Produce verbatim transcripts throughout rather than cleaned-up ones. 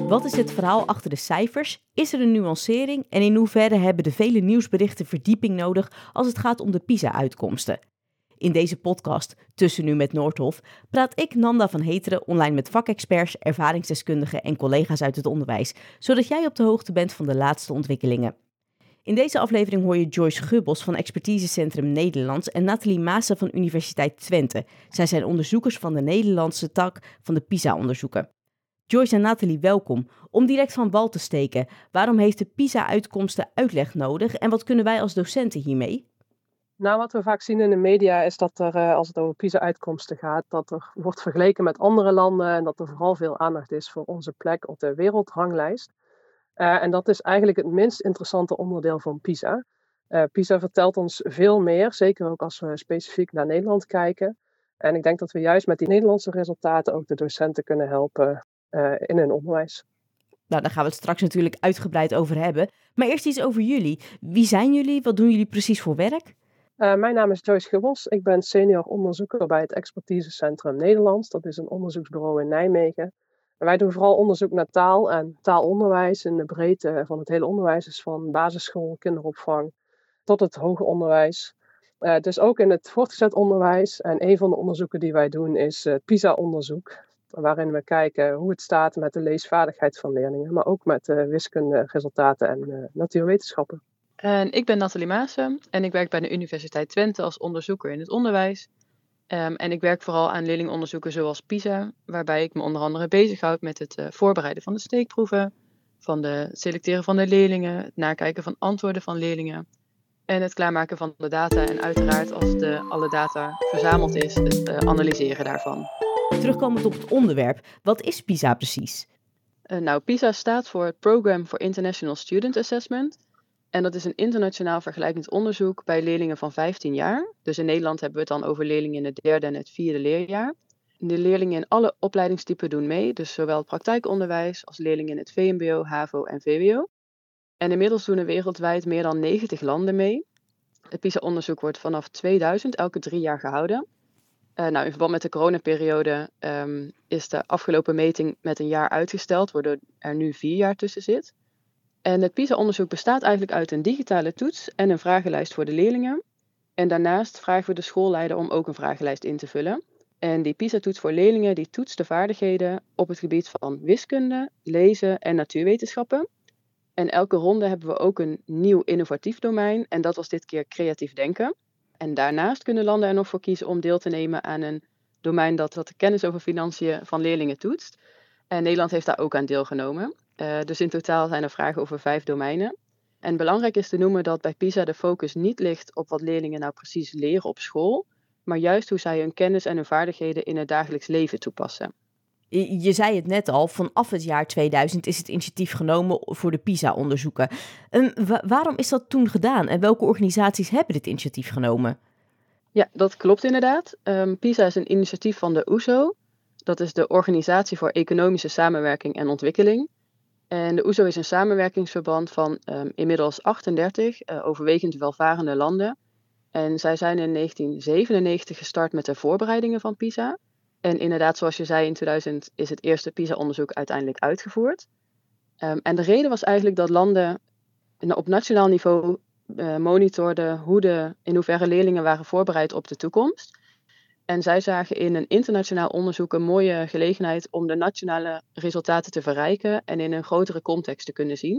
Wat is het verhaal achter de cijfers? Is er een nuancering? En in hoeverre hebben de vele nieuwsberichten verdieping nodig als het gaat om de PISA-uitkomsten? In deze podcast, Tussen Nu met Noordhof, praat ik, Nanda van Heteren, online met vakexperts, ervaringsdeskundigen en collega's uit het onderwijs, zodat jij op de hoogte bent van de laatste ontwikkelingen. In deze aflevering hoor je Joyce Gubbels van Expertisecentrum Nederlands en Nathalie Maassen van Universiteit Twente. Zij zijn onderzoekers van de Nederlandse tak van de PISA-onderzoeken. Joyce en Nathalie, welkom. Om direct van wal te steken, waarom heeft de PISA-uitkomsten uitleg nodig en wat kunnen wij als docenten hiermee? Nou, wat we vaak zien in de media is dat er, als het over PISA-uitkomsten gaat, dat er wordt vergeleken met andere landen en dat er vooral veel aandacht is voor onze plek op de wereldranglijst. Uh, en dat is eigenlijk het minst interessante onderdeel van PISA. Uh, PISA vertelt ons veel meer, zeker ook als we specifiek naar Nederland kijken. En ik denk dat we juist met die Nederlandse resultaten ook de docenten kunnen helpen uh, in hun onderwijs. Nou, daar gaan we het straks natuurlijk uitgebreid over hebben. Maar eerst iets over jullie. Wie zijn jullie? Wat doen jullie precies voor werk? Uh, mijn naam is Joyce Gubbels. Ik ben senior onderzoeker bij het Expertisecentrum Nederlands. Dat is een onderzoeksbureau in Nijmegen. En wij doen vooral onderzoek naar taal en taalonderwijs in de breedte van het hele onderwijs. Dus van basisschool, kinderopvang tot het hoger onderwijs. Uh, dus ook in het voortgezet onderwijs. En een van de onderzoeken die wij doen is het PISA-onderzoek. Waarin we kijken hoe het staat met de leesvaardigheid van leerlingen. Maar ook met uh, wiskunderesultaten en uh, natuurwetenschappen. En ik ben Nathalie Maassen en ik werk bij de Universiteit Twente als onderzoeker in het onderwijs. Um, en ik werk vooral aan leerlingonderzoeken zoals PISA, waarbij ik me onder andere bezighoud met het uh, voorbereiden van de steekproeven, van de selecteren van de leerlingen, het nakijken van antwoorden van leerlingen en het klaarmaken van de data en uiteraard als de, alle data verzameld is, het uh, analyseren daarvan. Terugkomend op het onderwerp, wat is PISA precies? Uh, nou, PISA staat voor Program for International Student Assessment. En dat is een internationaal vergelijkend onderzoek bij leerlingen van vijftien jaar. Dus in Nederland hebben we het dan over leerlingen in het derde en het vierde leerjaar. De leerlingen in alle opleidingstypen doen mee, dus zowel het praktijkonderwijs als leerlingen in het V M B O, H A V O en V W O. En inmiddels doen er wereldwijd meer dan negentig landen mee. Het PISA-onderzoek wordt vanaf tweeduizend elke drie jaar gehouden. Uh, nou, in verband met de coronaperiode um, is de afgelopen meting met een jaar uitgesteld, waardoor er nu vier jaar tussen zit. En het PISA-onderzoek bestaat eigenlijk uit een digitale toets en een vragenlijst voor de leerlingen. En daarnaast vragen we de schoolleider om ook een vragenlijst in te vullen. En die PISA-toets voor leerlingen die toetst de vaardigheden op het gebied van wiskunde, lezen en natuurwetenschappen. En elke ronde hebben we ook een nieuw innovatief domein en dat was dit keer creatief denken. En daarnaast kunnen landen er nog voor kiezen om deel te nemen aan een domein dat, dat de kennis over financiën van leerlingen toetst. En Nederland heeft daar ook aan deelgenomen. Uh, dus in totaal zijn er vragen over vijf domeinen. En belangrijk is te noemen dat bij PISA de focus niet ligt op wat leerlingen nou precies leren op school, maar juist hoe zij hun kennis en hun vaardigheden in het dagelijks leven toepassen. Je, je zei het net al, vanaf het jaar tweeduizend is het initiatief genomen voor de PISA-onderzoeken. Um, wa- waarom is dat toen gedaan en welke organisaties hebben dit initiatief genomen? Ja, dat klopt inderdaad. Um, PISA is een initiatief van de O E S O. Dat is de Organisatie voor Economische Samenwerking en Ontwikkeling. En de O E S O is een samenwerkingsverband van um, inmiddels achtendertig uh, overwegend welvarende landen. En zij zijn in negentien zevenennegentig gestart met de voorbereidingen van PISA. En inderdaad, zoals je zei, in tweeduizend is het eerste PISA-onderzoek uiteindelijk uitgevoerd. Um, en de reden was eigenlijk dat landen op nationaal niveau uh, monitorden hoe de, in hoeverre leerlingen waren voorbereid op de toekomst. En zij zagen in een internationaal onderzoek een mooie gelegenheid om de nationale resultaten te verrijken en in een grotere context te kunnen zien.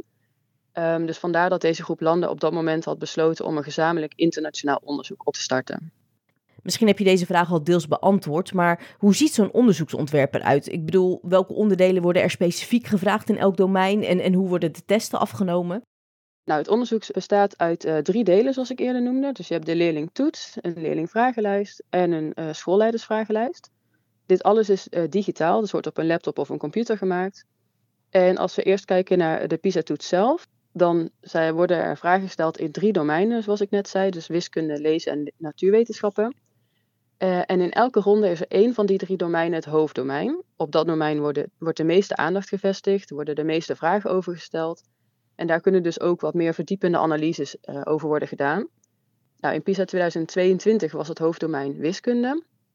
Um, dus vandaar dat deze groep landen op dat moment had besloten om een gezamenlijk internationaal onderzoek op te starten. Misschien heb je deze vraag al deels beantwoord, maar hoe ziet zo'n onderzoeksontwerp eruit? Ik bedoel, welke onderdelen worden er specifiek gevraagd in elk domein en, en hoe worden de testen afgenomen? Nou, het onderzoek bestaat uit uh, drie delen, zoals ik eerder noemde. Dus je hebt de leerlingtoets, een leerlingvragenlijst en een uh, schoolleidersvragenlijst. Dit alles is uh, digitaal, dus wordt op een laptop of een computer gemaakt. En als we eerst kijken naar de PISA-toets zelf, dan zij worden er vragen gesteld in drie domeinen, zoals ik net zei. Dus wiskunde, lezen en natuurwetenschappen. Uh, en in elke ronde is er één van die drie domeinen het hoofddomein. Op dat domein worden, wordt de meeste aandacht gevestigd, worden de meeste vragen over gesteld. En daar kunnen dus ook wat meer verdiepende analyses uh, over worden gedaan. Nou, in PISA tweeduizend tweeëntwintig was het hoofddomein wiskunde.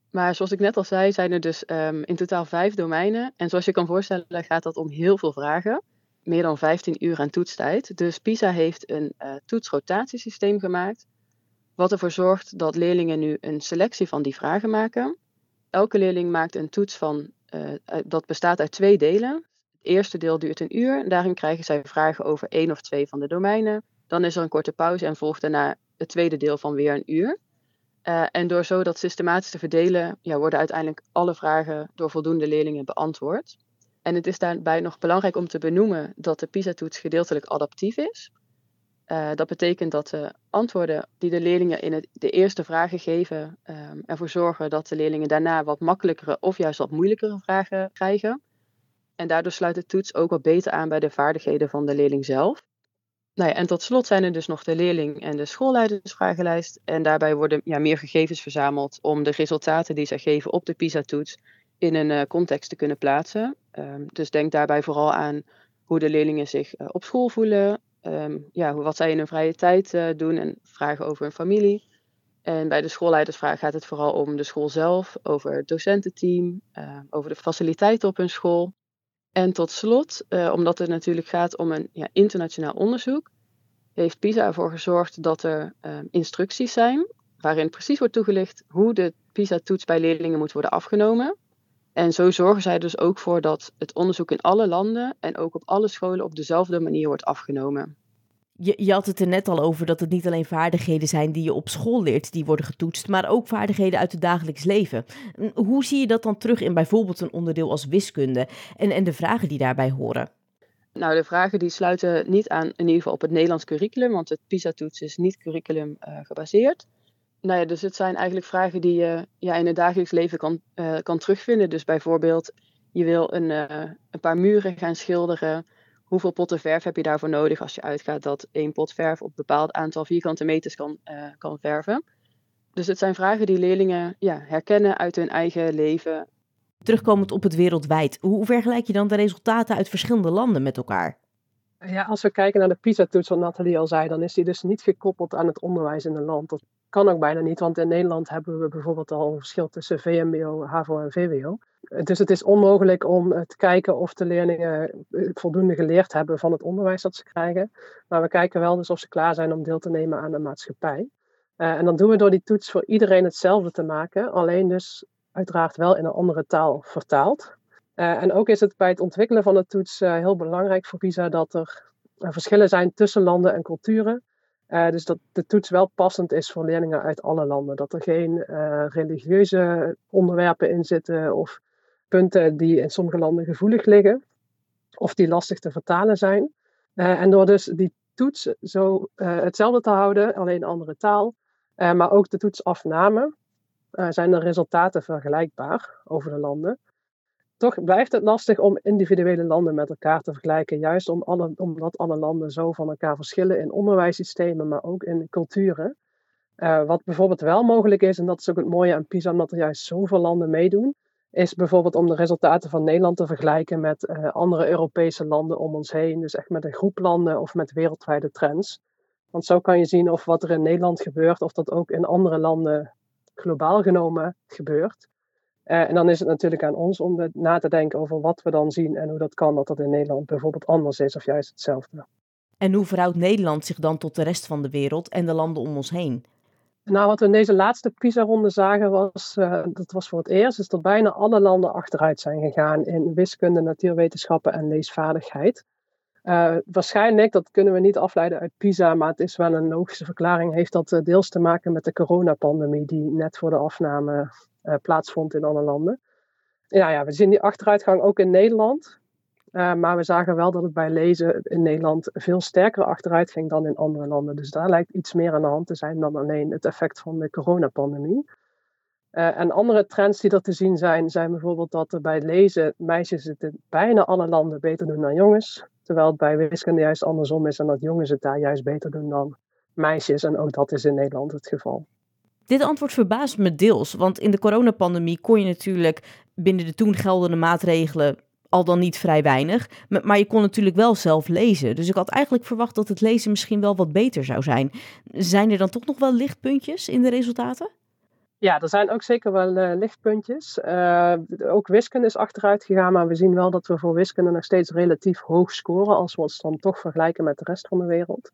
Maar zoals ik net al zei, zijn er dus um, in totaal vijf domeinen. En zoals je kan voorstellen gaat dat om heel veel vragen. Meer dan vijftien uur aan toetstijd. Dus PISA heeft een uh, toetsrotatiesysteem gemaakt. Wat ervoor zorgt dat leerlingen nu een selectie van die vragen maken. Elke leerling maakt een toets van, uh, dat bestaat uit twee delen. Het eerste deel duurt een uur. Daarin krijgen zij vragen over één of twee van de domeinen. Dan is er een korte pauze en volgt daarna het tweede deel van weer een uur. Uh, en door zo dat systematisch te verdelen, ja, worden uiteindelijk alle vragen door voldoende leerlingen beantwoord. En het is daarbij nog belangrijk om te benoemen dat de PISA-toets gedeeltelijk adaptief is. Uh, dat betekent dat de antwoorden die de leerlingen in het, de eerste vragen geven, um, ervoor zorgen dat de leerlingen daarna wat makkelijkere of juist wat moeilijkere vragen krijgen. En daardoor sluit de toets ook wat beter aan bij de vaardigheden van de leerling zelf. Nou ja, en tot slot zijn er dus nog de leerling- en de schoolleidersvragenlijst. En daarbij worden ja, meer gegevens verzameld om de resultaten die zij geven op de PISA-toets in een uh, context te kunnen plaatsen. Um, dus denk daarbij vooral aan hoe de leerlingen zich uh, op school voelen, um, ja, wat zij in hun vrije tijd uh, doen en vragen over hun familie. En bij de schoolleidersvraag gaat het vooral om de school zelf, over het docententeam, uh, over de faciliteiten op hun school. En tot slot, uh, omdat het natuurlijk gaat om een ja, internationaal onderzoek, heeft PISA ervoor gezorgd dat er uh, instructies zijn waarin precies wordt toegelicht hoe de PISA-toets bij leerlingen moet worden afgenomen. En zo zorgen zij dus ook voor dat het onderzoek in alle landen en ook op alle scholen op dezelfde manier wordt afgenomen. Je, je had het er net al over dat het niet alleen vaardigheden zijn die je op school leert, die worden getoetst, maar ook vaardigheden uit het dagelijks leven. Hoe zie je dat dan terug in bijvoorbeeld een onderdeel als wiskunde en, en de vragen die daarbij horen? Nou, de vragen die sluiten niet aan in ieder geval op het Nederlands curriculum, want het PISA-toets is niet curriculum uh, gebaseerd. Nou ja, dus het zijn eigenlijk vragen die je ja, in het dagelijks leven kan, uh, kan terugvinden. Dus bijvoorbeeld, je wil een, uh, een paar muren gaan schilderen. Hoeveel potten verf heb je daarvoor nodig als je uitgaat dat één pot verf op een bepaald aantal vierkante meters kan, uh, kan verven? Dus het zijn vragen die leerlingen ja, herkennen uit hun eigen leven. Terugkomend op het wereldwijd, hoe vergelijk je dan de resultaten uit verschillende landen met elkaar? Ja, als we kijken naar de PISA-toets, wat Nathalie al zei, dan is die dus niet gekoppeld aan het onderwijs in een land. Dat kan ook bijna niet, want in Nederland hebben we bijvoorbeeld al een verschil tussen V M B O, H A V O en V W O. Dus het is onmogelijk om te kijken of de leerlingen voldoende geleerd hebben van het onderwijs dat ze krijgen. Maar we kijken wel dus of ze klaar zijn om deel te nemen aan de maatschappij. Uh, en dan doen we door die toets voor iedereen hetzelfde te maken, alleen dus uiteraard wel in een andere taal vertaald. Uh, en ook is het bij het ontwikkelen van de toets uh, heel belangrijk voor PISA dat er uh, verschillen zijn tussen landen en culturen. Uh, dus dat de toets wel passend is voor leerlingen uit alle landen. Dat er geen uh, religieuze onderwerpen in zitten of punten die in sommige landen gevoelig liggen of die lastig te vertalen zijn. Uh, en door dus die toets zo uh, hetzelfde te houden, alleen andere taal, uh, maar ook de toetsafname, uh, zijn de resultaten vergelijkbaar over de landen. Toch blijft het lastig om individuele landen met elkaar te vergelijken, juist om alle, omdat alle landen zo van elkaar verschillen in onderwijssystemen, maar ook in culturen. Uh, wat bijvoorbeeld wel mogelijk is, en dat is ook het mooie aan PISA, omdat er juist zoveel landen meedoen, is bijvoorbeeld om de resultaten van Nederland te vergelijken met uh, andere Europese landen om ons heen. Dus echt met een groep landen of met wereldwijde trends. Want zo kan je zien of wat er in Nederland gebeurt, of dat ook in andere landen globaal genomen gebeurt. Uh, en dan is het natuurlijk aan ons om de, na te denken over wat we dan zien en hoe dat kan dat dat in Nederland bijvoorbeeld anders is of juist hetzelfde. En hoe verhoudt Nederland zich dan tot de rest van de wereld en de landen om ons heen? Nou, wat we in deze laatste PISA-ronde zagen was, uh, dat was voor het eerst, is dat bijna alle landen achteruit zijn gegaan in wiskunde, natuurwetenschappen en leesvaardigheid. Uh, waarschijnlijk, dat kunnen we niet afleiden uit PISA, maar het is wel een logische verklaring, heeft dat uh, deels te maken met de coronapandemie die net voor de afname uh, plaatsvond in alle landen. Ja, ja, we zien die achteruitgang ook in Nederland. Uh, maar we zagen wel dat het bij lezen in Nederland veel sterker achteruit ging dan in andere landen. Dus daar lijkt iets meer aan de hand te zijn dan alleen het effect van de coronapandemie. Uh, en andere trends die er te zien zijn, zijn bijvoorbeeld dat er bij lezen meisjes het in bijna alle landen beter doen dan jongens. Terwijl het bij wiskunde juist andersom is en dat jongens het daar juist beter doen dan meisjes. En ook dat is in Nederland het geval. Dit antwoord verbaast me deels, want in de coronapandemie kon je natuurlijk binnen de toen geldende maatregelen al dan niet vrij weinig, maar je kon natuurlijk wel zelf lezen. Dus ik had eigenlijk verwacht dat het lezen misschien wel wat beter zou zijn. Zijn er dan toch nog wel lichtpuntjes in de resultaten? Ja, er zijn ook zeker wel uh, lichtpuntjes. Uh, ook wiskunde is achteruit gegaan, maar we zien wel dat we voor wiskunde nog steeds relatief hoog scoren als we ons dan toch vergelijken met de rest van de wereld.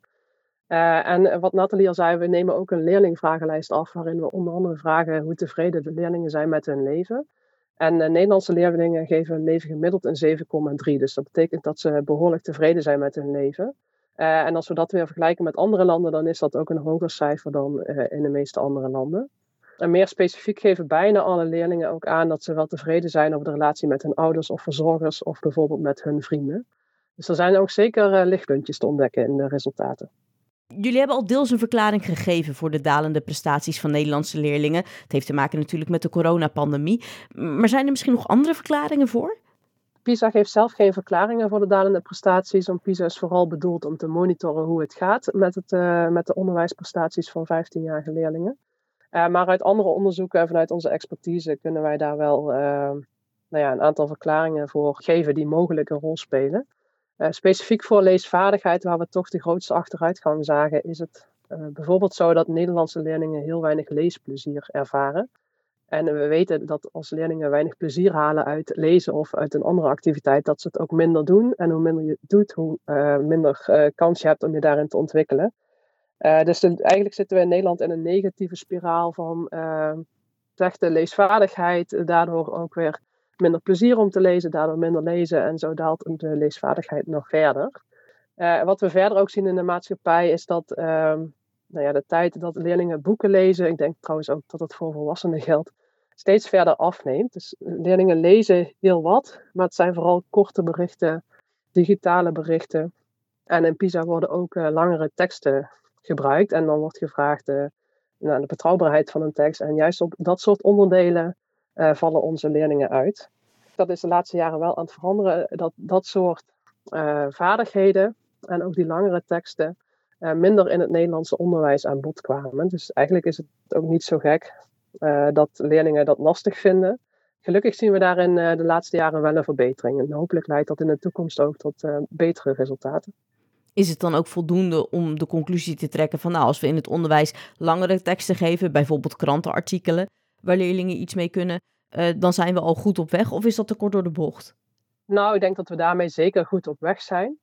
Uh, en wat Nathalie al zei, we nemen ook een leerlingvragenlijst af waarin we onder andere vragen hoe tevreden de leerlingen zijn met hun leven. En uh, Nederlandse leerlingen geven hun leven gemiddeld een zeven komma drie. Dus dat betekent dat ze behoorlijk tevreden zijn met hun leven. Uh, en als we dat weer vergelijken met andere landen, dan is dat ook een hoger cijfer dan uh, in de meeste andere landen. En meer specifiek geven bijna alle leerlingen ook aan dat ze wel tevreden zijn over de relatie met hun ouders of verzorgers of bijvoorbeeld met hun vrienden. Dus er zijn ook zeker uh, lichtpuntjes te ontdekken in de resultaten. Jullie hebben al deels een verklaring gegeven voor de dalende prestaties van Nederlandse leerlingen. Het heeft te maken natuurlijk met de coronapandemie. Maar zijn er misschien nog andere verklaringen voor? PISA geeft zelf geen verklaringen voor de dalende prestaties. Want PISA is vooral bedoeld om te monitoren hoe het gaat met, het, uh, met de onderwijsprestaties van vijftienjarige leerlingen. Uh, maar uit andere onderzoeken en vanuit onze expertise kunnen wij daar wel uh, nou ja, een aantal verklaringen voor geven die mogelijk een rol spelen. Uh, specifiek voor leesvaardigheid, waar we toch de grootste achteruitgang zagen, is het uh, bijvoorbeeld zo dat Nederlandse leerlingen heel weinig leesplezier ervaren. En we weten dat als leerlingen weinig plezier halen uit lezen of uit een andere activiteit, dat ze het ook minder doen. En hoe minder je het doet, hoe uh, minder uh, kans je hebt om je daarin te ontwikkelen. Uh, dus de, eigenlijk zitten we in Nederland in een negatieve spiraal van uh, slechte leesvaardigheid, daardoor ook weer minder plezier om te lezen, daardoor minder lezen en zo daalt de leesvaardigheid nog verder. Uh, wat we verder ook zien in de maatschappij is dat uh, nou ja, de tijd dat leerlingen boeken lezen, ik denk trouwens ook dat het voor volwassenen geldt, steeds verder afneemt. Dus leerlingen lezen heel wat, maar het zijn vooral korte berichten, digitale berichten. En in PISA worden ook uh, langere teksten gebruikt en dan wordt gevraagd uh, naar de betrouwbaarheid van een tekst. En juist op dat soort onderdelen uh, vallen onze leerlingen uit. Dat is de laatste jaren wel aan het veranderen, dat dat soort uh, vaardigheden en ook die langere teksten uh, minder in het Nederlandse onderwijs aan bod kwamen. Dus eigenlijk is het ook niet zo gek uh, dat leerlingen dat lastig vinden. Gelukkig zien we daarin uh, de laatste jaren wel een verbetering. En hopelijk leidt dat in de toekomst ook tot uh, betere resultaten. Is het dan ook voldoende om de conclusie te trekken van, nou, als we in het onderwijs langere teksten geven, bijvoorbeeld krantenartikelen, waar leerlingen iets mee kunnen, uh, dan zijn we al goed op weg? Of is dat te kort door de bocht? Nou, ik denk dat we daarmee zeker goed op weg zijn.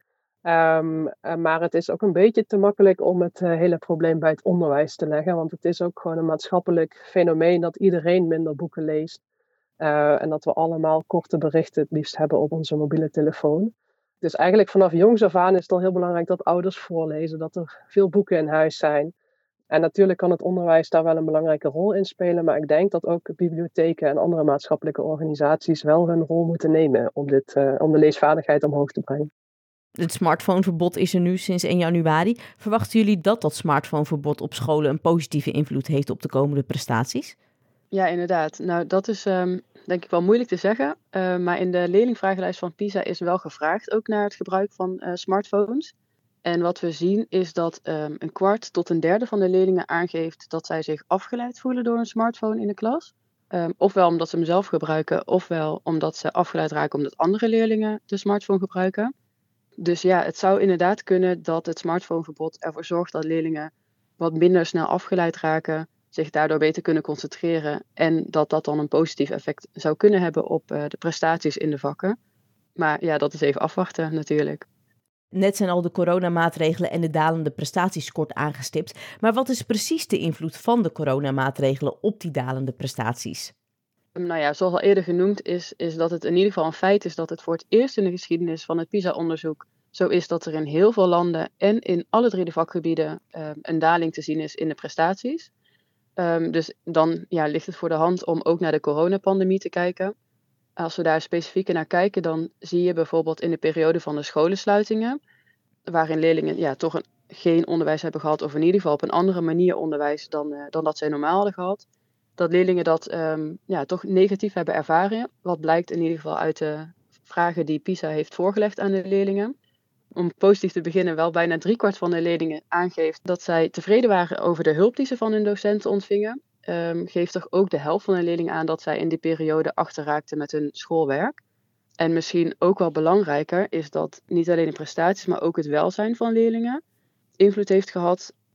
Um, uh, maar het is ook een beetje te makkelijk om het uh, hele probleem bij het onderwijs te leggen. Want het is ook gewoon een maatschappelijk fenomeen dat iedereen minder boeken leest. Uh, en dat we allemaal korte berichten het liefst hebben op onze mobiele telefoon. Dus eigenlijk vanaf jongs af aan is het al heel belangrijk dat ouders voorlezen, dat er veel boeken in huis zijn. En natuurlijk kan het onderwijs daar wel een belangrijke rol in spelen, maar ik denk dat ook bibliotheken en andere maatschappelijke organisaties wel hun rol moeten nemen om, dit, uh, om de leesvaardigheid omhoog te brengen. Het smartphoneverbod is er nu sinds één januari. Verwachten jullie dat dat smartphoneverbod op scholen een positieve invloed heeft op de komende prestaties? Ja, inderdaad. Nou, dat is um, denk ik wel moeilijk te zeggen. Uh, maar in de leerlingvragenlijst van PISA is wel gevraagd ook naar het gebruik van uh, smartphones. En wat we zien is dat um, een kwart tot een derde van de leerlingen aangeeft dat zij zich afgeleid voelen door een smartphone in de klas. Um, ofwel omdat ze hem zelf gebruiken, ofwel omdat ze afgeleid raken omdat andere leerlingen de smartphone gebruiken. Dus ja, het zou inderdaad kunnen dat het smartphoneverbod ervoor zorgt dat leerlingen wat minder snel afgeleid raken, zich daardoor beter kunnen concentreren en dat dat dan een positief effect zou kunnen hebben op uh, de prestaties in de vakken. Maar ja, dat is even afwachten natuurlijk. Net zijn al de coronamaatregelen en de dalende prestaties kort aangestipt. Maar wat is precies de invloed van de coronamaatregelen op die dalende prestaties? Nou ja, zoals al eerder genoemd is, is dat het in ieder geval een feit is dat het voor het eerst in de geschiedenis van het PISA-onderzoek zo is dat er in heel veel landen en in alle drie de vakgebieden uh, een daling te zien is in de prestaties. Um, dus dan ja, ligt het voor de hand om ook naar de coronapandemie te kijken. Als we daar specifieker naar kijken, dan zie je bijvoorbeeld in de periode van de scholensluitingen, waarin leerlingen ja, toch een, geen onderwijs hebben gehad, of in ieder geval op een andere manier onderwijs dan, uh, dan dat zij normaal hadden gehad, dat leerlingen dat um, ja, toch negatief hebben ervaren. Wat blijkt in ieder geval uit de vragen die PISA heeft voorgelegd aan de leerlingen. Om positief te beginnen, wel bijna driekwart van de leerlingen aangeeft dat zij tevreden waren over de hulp die ze van hun docenten ontvingen. Um, geeft toch ook de helft van de leerlingen aan dat zij in die periode achterraakten met hun schoolwerk. En misschien ook wel belangrijker is dat niet alleen de prestaties, maar ook het welzijn van leerlingen invloed heeft gehad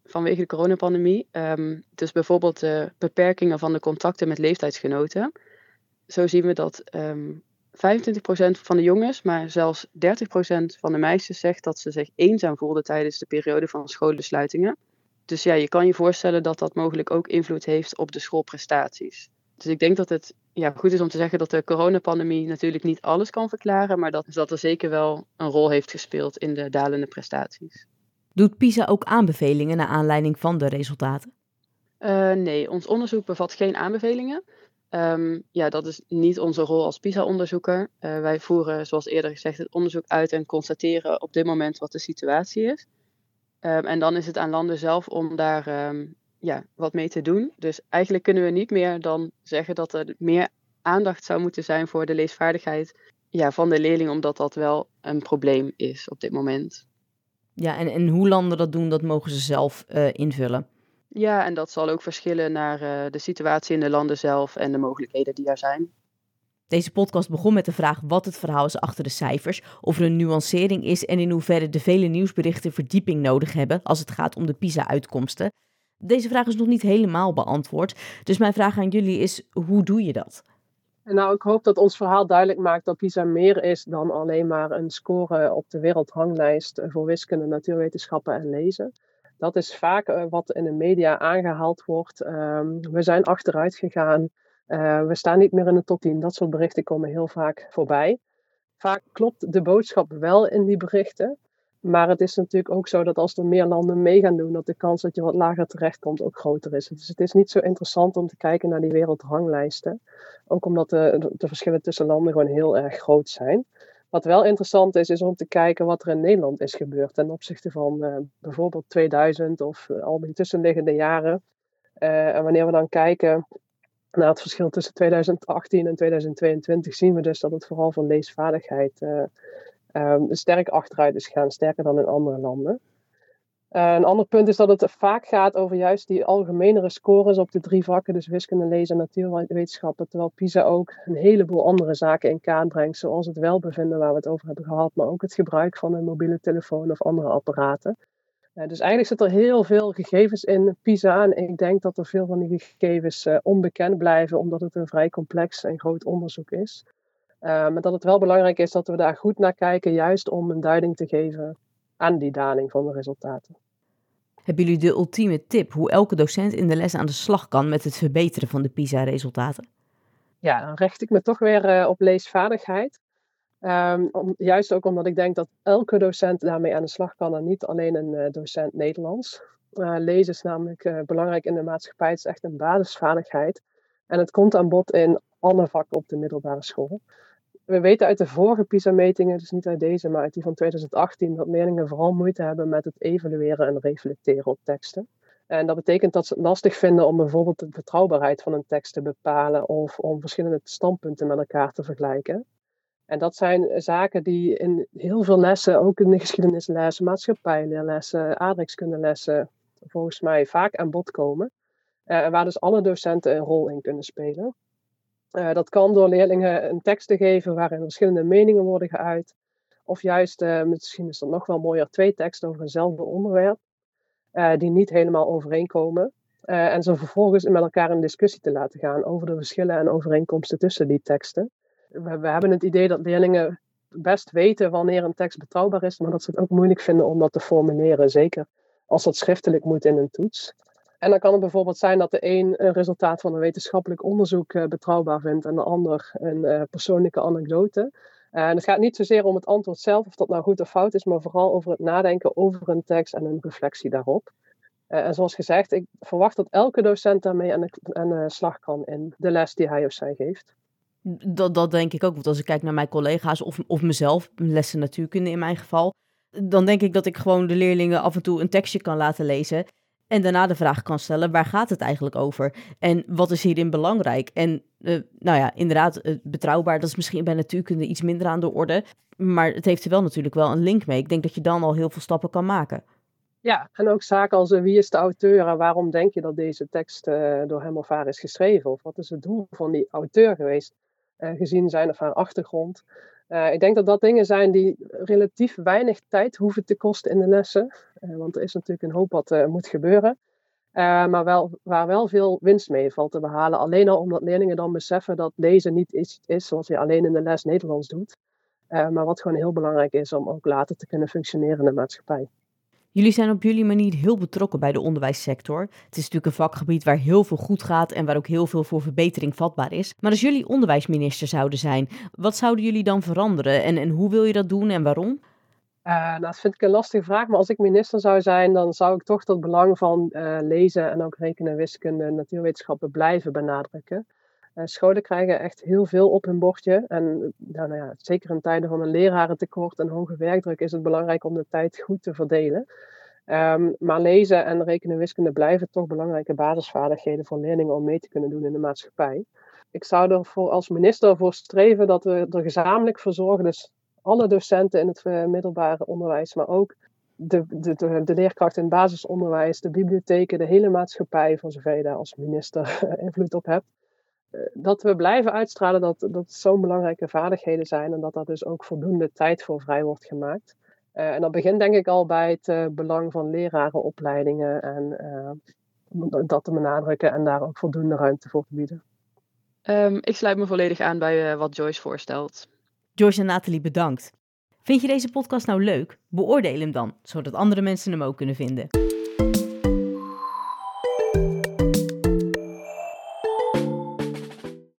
vanwege de coronapandemie. Um, dus bijvoorbeeld de beperkingen van de contacten met leeftijdsgenoten. Zo zien we dat um, vijfentwintig procent van de jongens, maar zelfs dertig procent van de meisjes zegt dat ze zich eenzaam voelden tijdens de periode van schoolbesluitingen. Dus ja, je kan je voorstellen dat dat mogelijk ook invloed heeft op de schoolprestaties. Dus ik denk dat het ja, goed is om te zeggen dat de coronapandemie natuurlijk niet alles kan verklaren, maar dat, dat er zeker wel een rol heeft gespeeld in de dalende prestaties. Doet PISA ook aanbevelingen naar aanleiding van de resultaten? Uh, nee, ons onderzoek bevat geen aanbevelingen. Um, ja, dat is niet onze rol als PISA-onderzoeker. Uh, wij voeren, zoals eerder gezegd, het onderzoek uit en constateren op dit moment wat de situatie is. Um, en dan is het aan landen zelf om daar um, ja, wat mee te doen. Dus eigenlijk kunnen we niet meer dan zeggen dat er meer aandacht zou moeten zijn voor de leesvaardigheid ja, van de leerling, omdat dat wel een probleem is op dit moment. Ja, en, en hoe landen dat doen, dat mogen ze zelf uh, invullen. Ja, en dat zal ook verschillen naar uh, de situatie in de landen zelf en de mogelijkheden die er zijn. Deze podcast begon met de vraag wat het verhaal is achter de cijfers, of er een nuancering is en in hoeverre de vele nieuwsberichten verdieping nodig hebben als het gaat om de PISA-uitkomsten. Deze vraag is nog niet helemaal beantwoord, dus mijn vraag aan jullie is, hoe doe je dat? Nou, ik hoop dat ons verhaal duidelijk maakt dat PISA meer is dan alleen maar een score op de wereldranglijst voor wiskunde, natuurwetenschappen en lezen. Dat is vaak uh, wat in de media aangehaald wordt. Um, we zijn achteruit gegaan. Uh, we staan niet meer in de top tien. Dat soort berichten komen heel vaak voorbij. Vaak klopt de boodschap wel in die berichten. Maar het is natuurlijk ook zo dat als er meer landen mee gaan doen, dat de kans dat je wat lager terechtkomt ook groter is. Dus het is niet zo interessant om te kijken naar die wereldranglijsten. Ook omdat de, de verschillen tussen landen gewoon heel erg groot zijn. Wat wel interessant is, is om te kijken wat er in Nederland is gebeurd ten opzichte van uh, bijvoorbeeld tweeduizend of uh, al die tussenliggende jaren. Uh, en wanneer we dan kijken naar het verschil tussen tweeduizend achttien en tweeduizend tweeëntwintig, zien we dus dat het vooral van leesvaardigheid uh, um, sterk achteruit is gegaan, sterker dan in andere landen. Uh, een ander punt is dat het vaak gaat over juist die algemenere scores op de drie vakken, dus wiskunde, lezen en natuurwetenschappen, terwijl PISA ook een heleboel andere zaken in kaart brengt, zoals het welbevinden waar we het over hebben gehad, maar ook het gebruik van een mobiele telefoon of andere apparaten. Uh, dus eigenlijk zit er heel veel gegevens in PISA en ik denk dat er veel van die gegevens uh, onbekend blijven, omdat het een vrij complex en groot onderzoek is. Uh, maar dat het wel belangrijk is dat we daar goed naar kijken, juist om een duiding te geven aan die daling van de resultaten. Hebben jullie de ultieme tip hoe elke docent in de les aan de slag kan met het verbeteren van de PISA-resultaten? Ja, dan richt ik me toch weer uh, op leesvaardigheid. Um, om, juist ook omdat ik denk dat elke docent daarmee aan de slag kan en niet alleen een uh, docent Nederlands. Uh, lezen is namelijk uh, belangrijk in de maatschappij. Het is echt een basisvaardigheid. En het komt aan bod in alle vakken op de middelbare school. We weten uit de vorige PISA-metingen, dus niet uit deze, maar uit die van tweeduizend achttien, dat leerlingen vooral moeite hebben met het evalueren en reflecteren op teksten. En dat betekent dat ze het lastig vinden om bijvoorbeeld de betrouwbaarheid van een tekst te bepalen of om verschillende standpunten met elkaar te vergelijken. En dat zijn zaken die in heel veel lessen, ook in de geschiedenislessen, maatschappijleerlessen, aardrijkskundelessen, volgens mij vaak aan bod komen. Uh, waar dus alle docenten een rol in kunnen spelen. Uh, dat kan door leerlingen een tekst te geven waarin verschillende meningen worden geuit. Of juist, uh, misschien is dat nog wel mooier, twee teksten over eenzelfde onderwerp. Uh, die niet helemaal overeenkomen. Uh, en ze vervolgens met elkaar in discussie te laten gaan over de verschillen en overeenkomsten tussen die teksten. We, we hebben het idee dat leerlingen best weten wanneer een tekst betrouwbaar is, maar dat ze het ook moeilijk vinden om dat te formuleren. Zeker als dat schriftelijk moet in een toets. En dan kan het bijvoorbeeld zijn dat de een een resultaat van een wetenschappelijk onderzoek uh, betrouwbaar vindt en de ander een uh, persoonlijke anekdote. Uh, en het gaat niet zozeer om het antwoord zelf, of dat nou goed of fout is, maar vooral over het nadenken over een tekst en een reflectie daarop. Uh, en zoals gezegd, ik verwacht dat elke docent daarmee aan de, aan de slag kan in de les die hij of zij geeft. Dat, dat denk ik ook, want als ik kijk naar mijn collega's of, of mezelf, lessen natuurkunde in mijn geval, dan denk ik dat ik gewoon de leerlingen af en toe een tekstje kan laten lezen en daarna de vraag kan stellen, waar gaat het eigenlijk over? En wat is hierin belangrijk? En uh, nou ja, inderdaad, uh, betrouwbaar, dat is misschien bij natuurkunde iets minder aan de orde, maar het heeft er wel natuurlijk wel een link mee. Ik denk dat je dan al heel veel stappen kan maken. Ja, en ook zaken als uh, wie is de auteur en waarom denk je dat deze tekst uh, door hem of haar is geschreven? Of wat is het doel van die auteur geweest, uh, gezien zijn of haar achtergrond? Uh, ik denk dat dat dingen zijn die relatief weinig tijd hoeven te kosten in de lessen. Uh, want er is natuurlijk een hoop wat uh, moet gebeuren. Uh, maar wel, waar wel veel winst mee valt te behalen. Alleen al omdat leerlingen dan beseffen dat lezen niet iets is zoals je alleen in de les Nederlands doet. Uh, maar wat gewoon heel belangrijk is om ook later te kunnen functioneren in de maatschappij. Jullie zijn op jullie manier heel betrokken bij de onderwijssector. Het is natuurlijk een vakgebied waar heel veel goed gaat en waar ook heel veel voor verbetering vatbaar is. Maar als jullie onderwijsminister zouden zijn, wat zouden jullie dan veranderen? En, en hoe wil je dat doen en waarom? Uh, nou, dat vind ik een lastige vraag, maar als ik minister zou zijn, dan zou ik toch het belang van uh, lezen en ook rekenen, wiskunde en natuurwetenschappen blijven benadrukken. Uh, scholen krijgen echt heel veel op hun bordje en nou, nou ja, zeker in tijden van een lerarentekort en hoge werkdruk is het belangrijk om de tijd goed te verdelen. Um, maar lezen en rekenen en wiskunde blijven toch belangrijke basisvaardigheden voor leerlingen om mee te kunnen doen in de maatschappij. Ik zou ervoor als minister voor streven dat we er gezamenlijk voor zorgen, dus alle docenten in het uh, middelbare onderwijs, maar ook de, de, de, de leerkrachten in het basisonderwijs, de bibliotheken, de hele maatschappij, voor zover je daar als minister invloed op hebt. Uh, dat we blijven uitstralen dat, dat het zo'n belangrijke vaardigheden zijn en dat daar dus ook voldoende tijd voor vrij wordt gemaakt. Uh, en dat begint denk ik al bij het uh, belang van lerarenopleidingen en uh, dat te benadrukken en daar ook voldoende ruimte voor te bieden. Um, ik sluit me volledig aan bij uh, wat Joyce voorstelt. Joyce en Nathalie, bedankt. Vind je deze podcast nou leuk? Beoordeel hem dan, zodat andere mensen hem ook kunnen vinden.